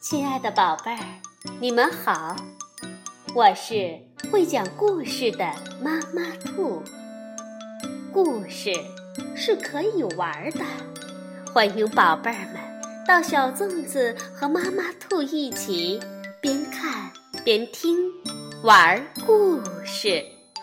亲爱的宝贝儿，你们好，我是会讲故事的妈妈兔。故事是可以玩的，欢迎宝贝儿们到小粽子和妈妈兔一起边看边听玩故事。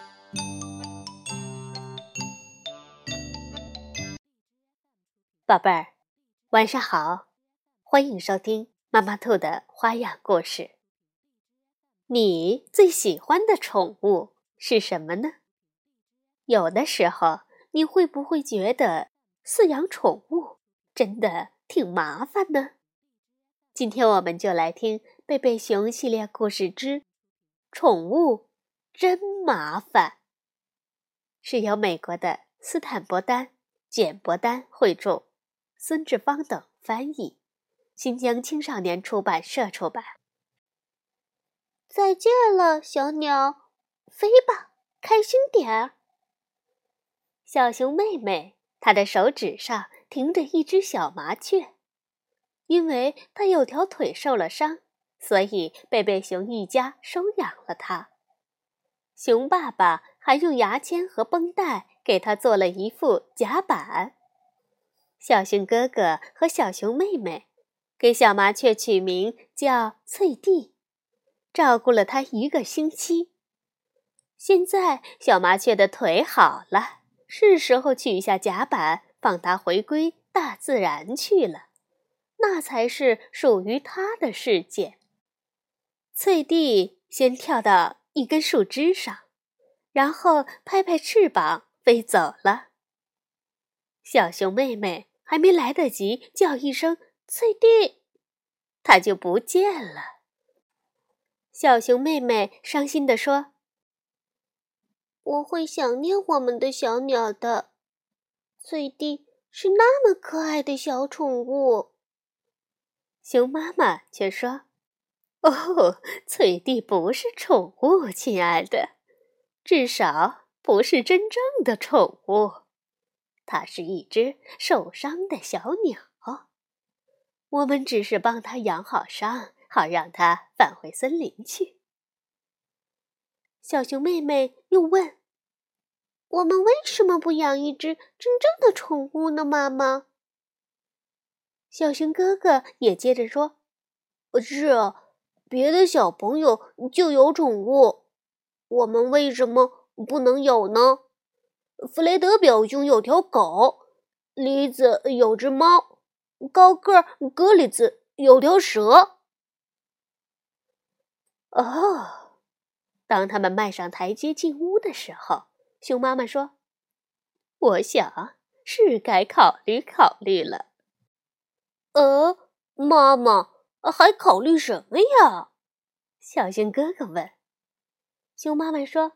宝贝儿，晚上好，欢迎收听妈妈兔的花样故事。你最喜欢的宠物是什么呢？有的时候，你会不会觉得饲养宠物真的挺麻烦呢？今天我们就来听贝贝熊系列故事之宠物真麻烦，是由美国的斯坦伯丹、简伯丹绘著，孙志芳等翻译，新疆青少年出版社出版。再见了，小鸟，飞吧，开心点儿。小熊妹妹，她的手指上停着一只小麻雀，因为它有条腿受了伤，所以贝贝熊一家收养了它。熊爸爸还用牙签和绷带给它做了一副甲板。小熊哥哥和小熊妹妹给小麻雀取名叫翠蒂，照顾了它1个星期。现在小麻雀的腿好了，是时候取下甲板，放它回归大自然去了，那才是属于它的世界。翠蒂先跳到一根树枝上，然后拍拍翅膀飞走了。小熊妹妹还没来得及叫一声翠蒂，它就不见了。小熊妹妹伤心地说，我会想念我们的小鸟的，翠蒂是那么可爱的小宠物。熊妈妈却说，哦，翠蒂不是宠物，亲爱的，至少不是真正的宠物，它是一只受伤的小鸟。我们只是帮它养好伤，好让它返回森林去。小熊妹妹又问，我们为什么不养一只真正的宠物呢，妈妈？小熊哥哥也接着说，是啊，别的小朋友就有宠物，我们为什么不能有呢？弗雷德表兄有条狗，梨子有只猫，高个格里兹有条蛇。哦，当他们迈上台阶进屋的时候，熊妈妈说，我想是该考虑考虑了。妈妈，还考虑什么呀？小熊哥哥问。熊妈妈说，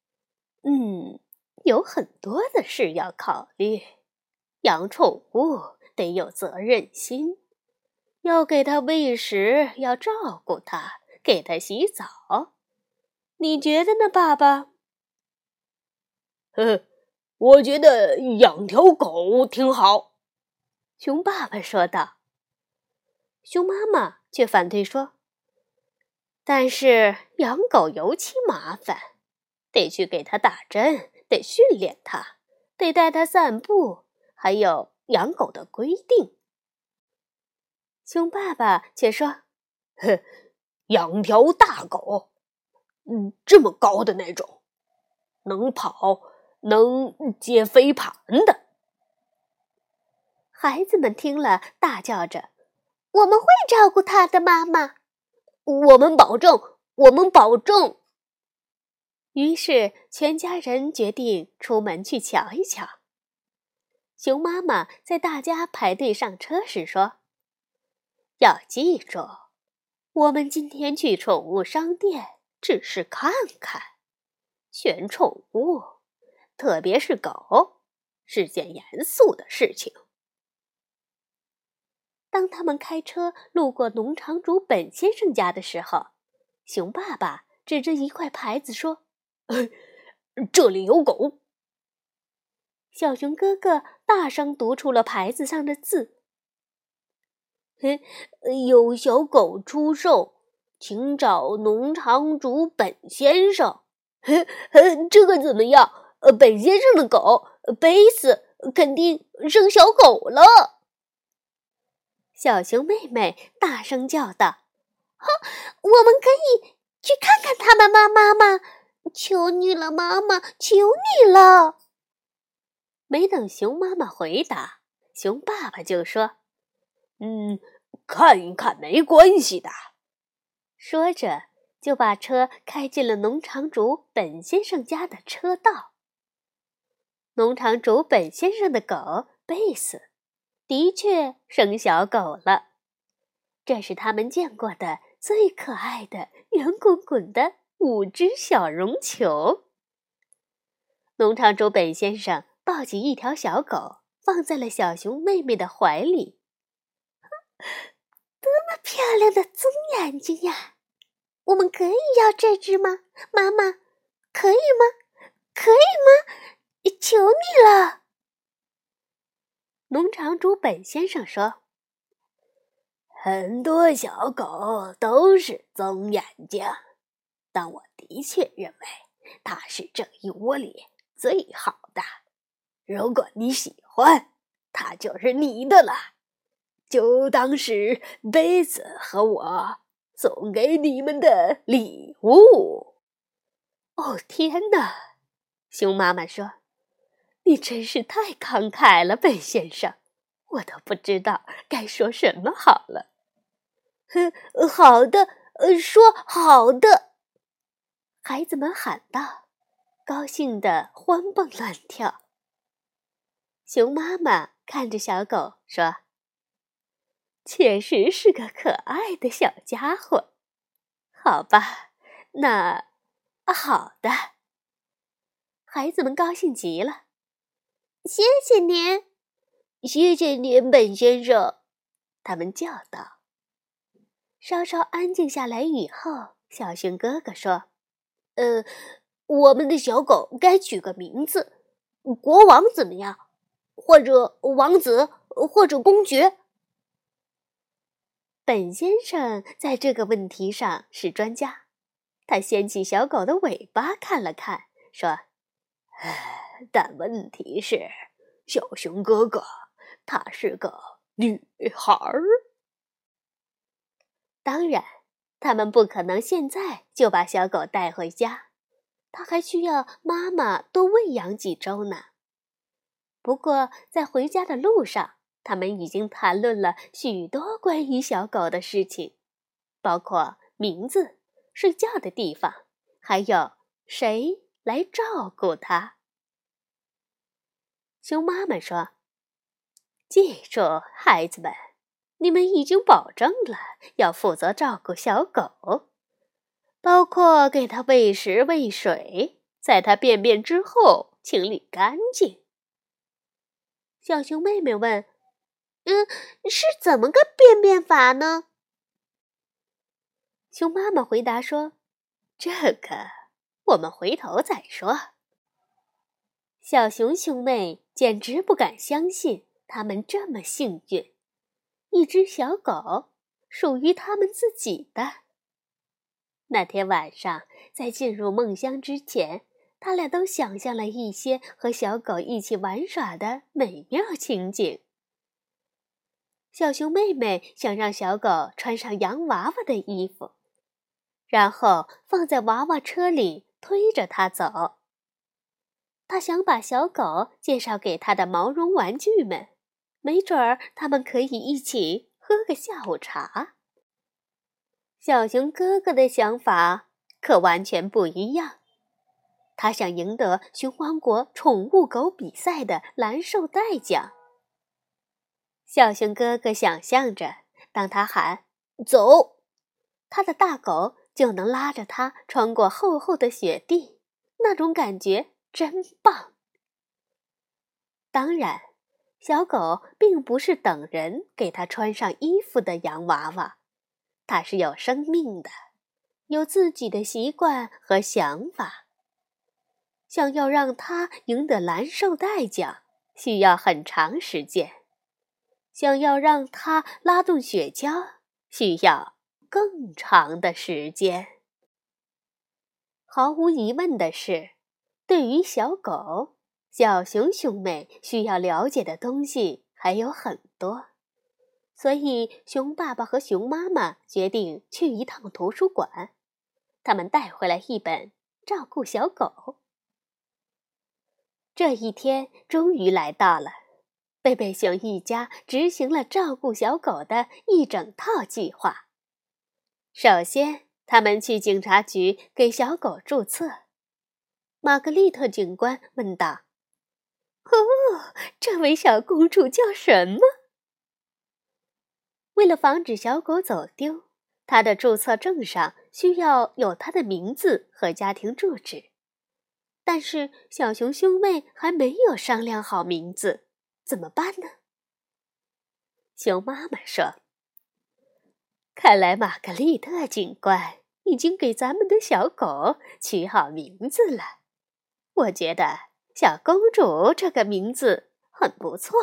有很多的事要考虑。养宠物得有责任心，要给它喂食，要照顾它，给它洗澡。你觉得呢，爸爸？ 我觉得养条狗挺好， 熊爸爸说道。熊妈妈却反对说，但是养狗尤其麻烦，得去给它打针，得训练它，得带它散步，还有养狗的规定。熊爸爸却说， 养条大狗，这么高的那种，能跑，能接飞盘的。 孩子们听了大叫着，我们会照顾它的，妈妈， 我们保证，我们保证。 于是全家人决定出门去瞧一瞧。熊妈妈在大家排队上车时说，要记住，我们今天去宠物商店只是看看，选宠物，特别是狗，是件严肃的事情。当他们开车路过农场主本先生家的时候，熊爸爸指着一块牌子说， 这里有狗。 小熊哥哥大声读出了牌子上的字， 有小狗出售，请找农场主本先生。这个怎么样？本先生的狗贝斯肯定生小狗了。 小熊妹妹大声叫道：“我们可以去看看他们吗，妈妈？求你了，妈妈，求你了！”没等熊妈妈回答，熊爸爸就说：“ 看一看没关系的。” 说着就把车开进了农场主本先生家的车道。农场主本先生的狗贝斯的确生小狗了，这是他们见过的最可爱的圆滚滚的5只小绒球。农场主本先生抱起一条小狗，放在了小熊妹妹的怀里。多么漂亮的棕眼睛呀！我们可以要这只吗，妈妈？可以吗？可以吗？求你了！农场主本先生说：“ 很多小狗都是棕眼睛，但我的确认为它是这一窝里最好的。如果你喜欢，它就是你的了，就当是贝斯和我送给你们的礼物。” 哦，天哪！熊妈妈说：“你真是太慷慨了，本先生，我都不知道该说什么好了。” 好的，说好的， 孩子们喊道，高兴地欢蹦乱跳。熊妈妈看着小狗说：“确实是个可爱的小家伙。好吧，那好的。”孩子们高兴极了。谢谢您， 谢谢您，本先生， 他们叫道。稍稍安静下来以后，小熊哥哥说：“ 我们的小狗该取个名字，国王怎么样？或者王子，或者公爵？” 本先生在这个问题上是专家，他掀起小狗的尾巴看了看，说：“ 但问题是，小熊哥哥，她是个女孩儿。 当然，他们不可能现在就把小狗带回家，它还需要妈妈多喂养几周呢。不过，在回家的路上，他们已经谈论了许多关于小狗的事情，包括名字、睡觉的地方，还有谁来照顾它。熊妈妈说：“记住，孩子们，你们已经保证了要负责照顾小狗，包括给它喂食喂水，在它便便之后清理干净。”小熊妹妹问：“是怎么个便法呢？”熊妈妈回答说：“这个我们回头再说。”小熊兄妹简直不敢相信他们这么幸运，一只小狗属于他们自己的。那天晚上，在进入梦乡之前，他俩都想象了一些和小狗一起玩耍的美妙情景。小熊妹妹想让小狗穿上洋娃娃的衣服，然后放在娃娃车里推着它走。她想把小狗介绍给她的毛绒玩具们，没准儿他们可以一起喝个下午茶。小熊哥哥的想法可完全不一样，他想赢得熊王国宠物狗比赛的蓝绶带奖。小熊哥哥想象着，当他喊“走”，他的大狗就能拉着他穿过厚厚的雪地，那种感觉真棒。当然，小狗并不是等人给它穿上衣服的洋娃娃，它是有生命的，有自己的习惯和想法。想要让它赢得蓝绶带奖，需要很长时间。 想要让它拉动血浆，需要更长的时间。毫无疑问的是，对于小狗，小熊兄妹需要了解的东西还有很多，所以熊爸爸和熊妈妈决定去一趟图书馆。他们带回来一本《照顾小狗》。这一天终于来到了，贝贝熊一家执行了照顾小狗的一整套计划。首先，他们去警察局给小狗注册。玛格丽特警官问道：“哦，这位小公主叫什么？”为了防止小狗走丢，她的注册证上需要有她的名字和家庭住址。但是小熊兄妹还没有商量好名字，怎么办呢？熊妈妈说：“看来玛格丽特警官已经给咱们的小狗取好名字了。我觉得小公主这个名字很不错。”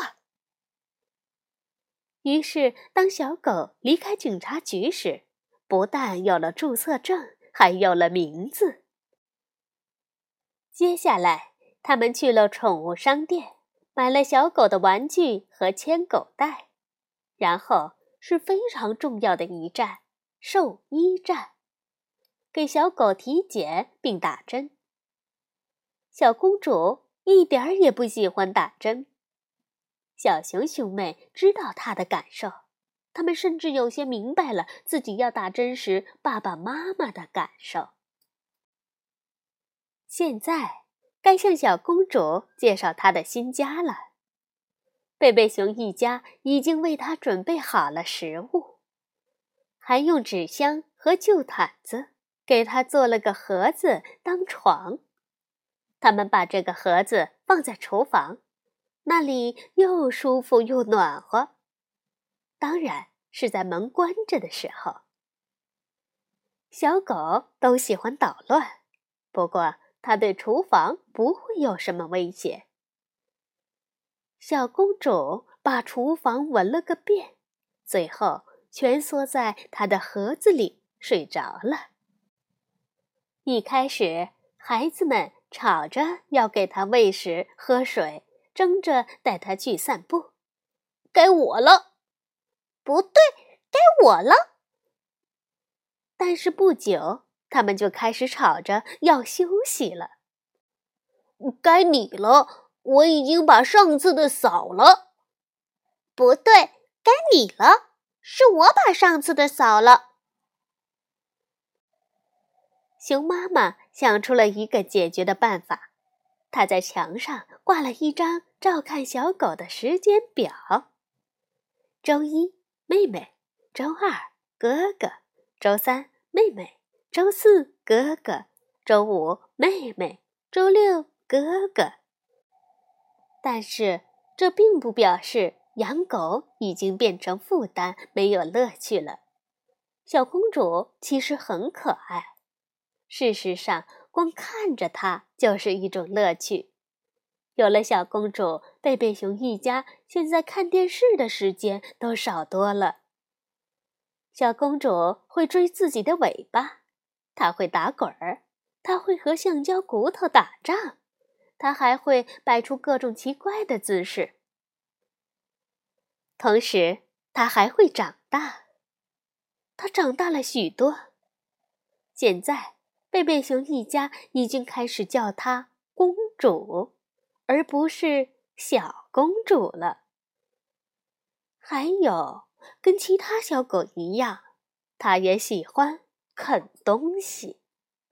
于是，当小狗离开警察局时，不但有了注册证，还有了名字。接下来，他们去了宠物商店，买了小狗的玩具和牵狗带。然后是非常重要的一站——兽医站，给小狗体检并打针。小公主一点儿也不喜欢打针。小熊兄妹知道她的感受，他们甚至有些明白了自己要打针时爸爸妈妈的感受。现在该向小公主介绍她的新家了。贝贝熊一家已经为她准备好了食物，还用纸箱和旧毯子给她做了个盒子当床。他们把这个盒子放在厨房，那里又舒服又暖和。当然是在门关着的时候。小狗都喜欢捣乱，不过它对厨房不会有什么威胁。小公主把厨房闻了个遍，最后蜷缩在她的盒子里睡着了。一开始，孩子们吵着要给她喂食喝水，争着带她去散步。该我了，不对，该我了。但是不久，他们就开始吵着要休息了。该你了，我已经把上次的扫了。不对，该你了，是我把上次的扫了。熊妈妈想出了一个解决的办法，她在墙上挂了一张照看小狗的时间表。周一，妹妹；周二，哥哥；周三，妹妹；周四，哥哥；周五，妹妹；周六，哥哥。但是这并不表示养狗已经变成负担，没有乐趣了。小公主其实很可爱，事实上，光看着它就是一种乐趣。有了小公主，贝贝熊一家现在看电视的时间都少多了。小公主会追自己的尾巴，她会打滚儿，她会和橡胶骨头打仗，她还会摆出各种奇怪的姿势。同时，她还会长大。她长大了许多。现在，贝贝熊一家已经开始叫她公主，而不是小公主了。还有，跟其他小狗一样，它也喜欢啃东西。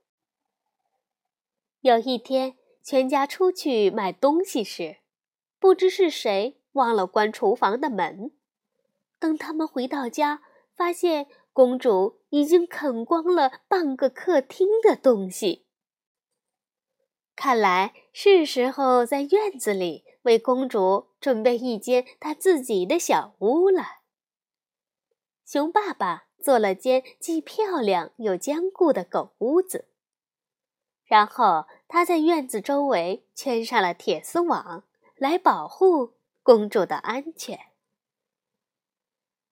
有一天，全家出去买东西时，不知是谁忘了关厨房的门。等他们回到家，发现公主已经啃光了半个客厅的东西。看来是时候在院子里为公主准备一间她自己的小屋了。熊爸爸做了间既漂亮又坚固的狗屋子，然后他在院子周围圈上了铁丝网，来保护公主的安全。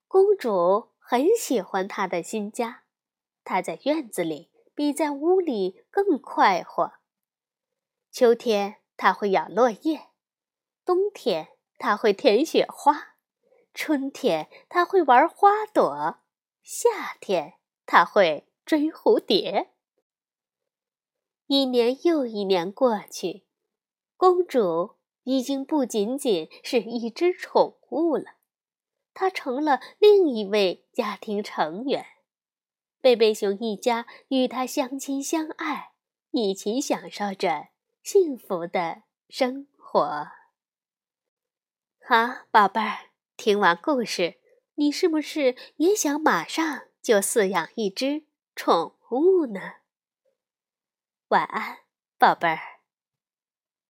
公主很喜欢她的新家，她在院子里比在屋里更快活。秋天她会咬落叶，冬天她会舔雪花，春天她会玩花朵，夏天她会追蝴蝶。一年又一年过去，公主已经不仅仅是一只宠物了，她成了另一位家庭成员。贝贝熊一家与她相亲相爱，一起享受着幸福的生活。好，宝贝儿，听完故事，你是不是也想马上就饲养一只宠物呢？晚安，宝贝儿。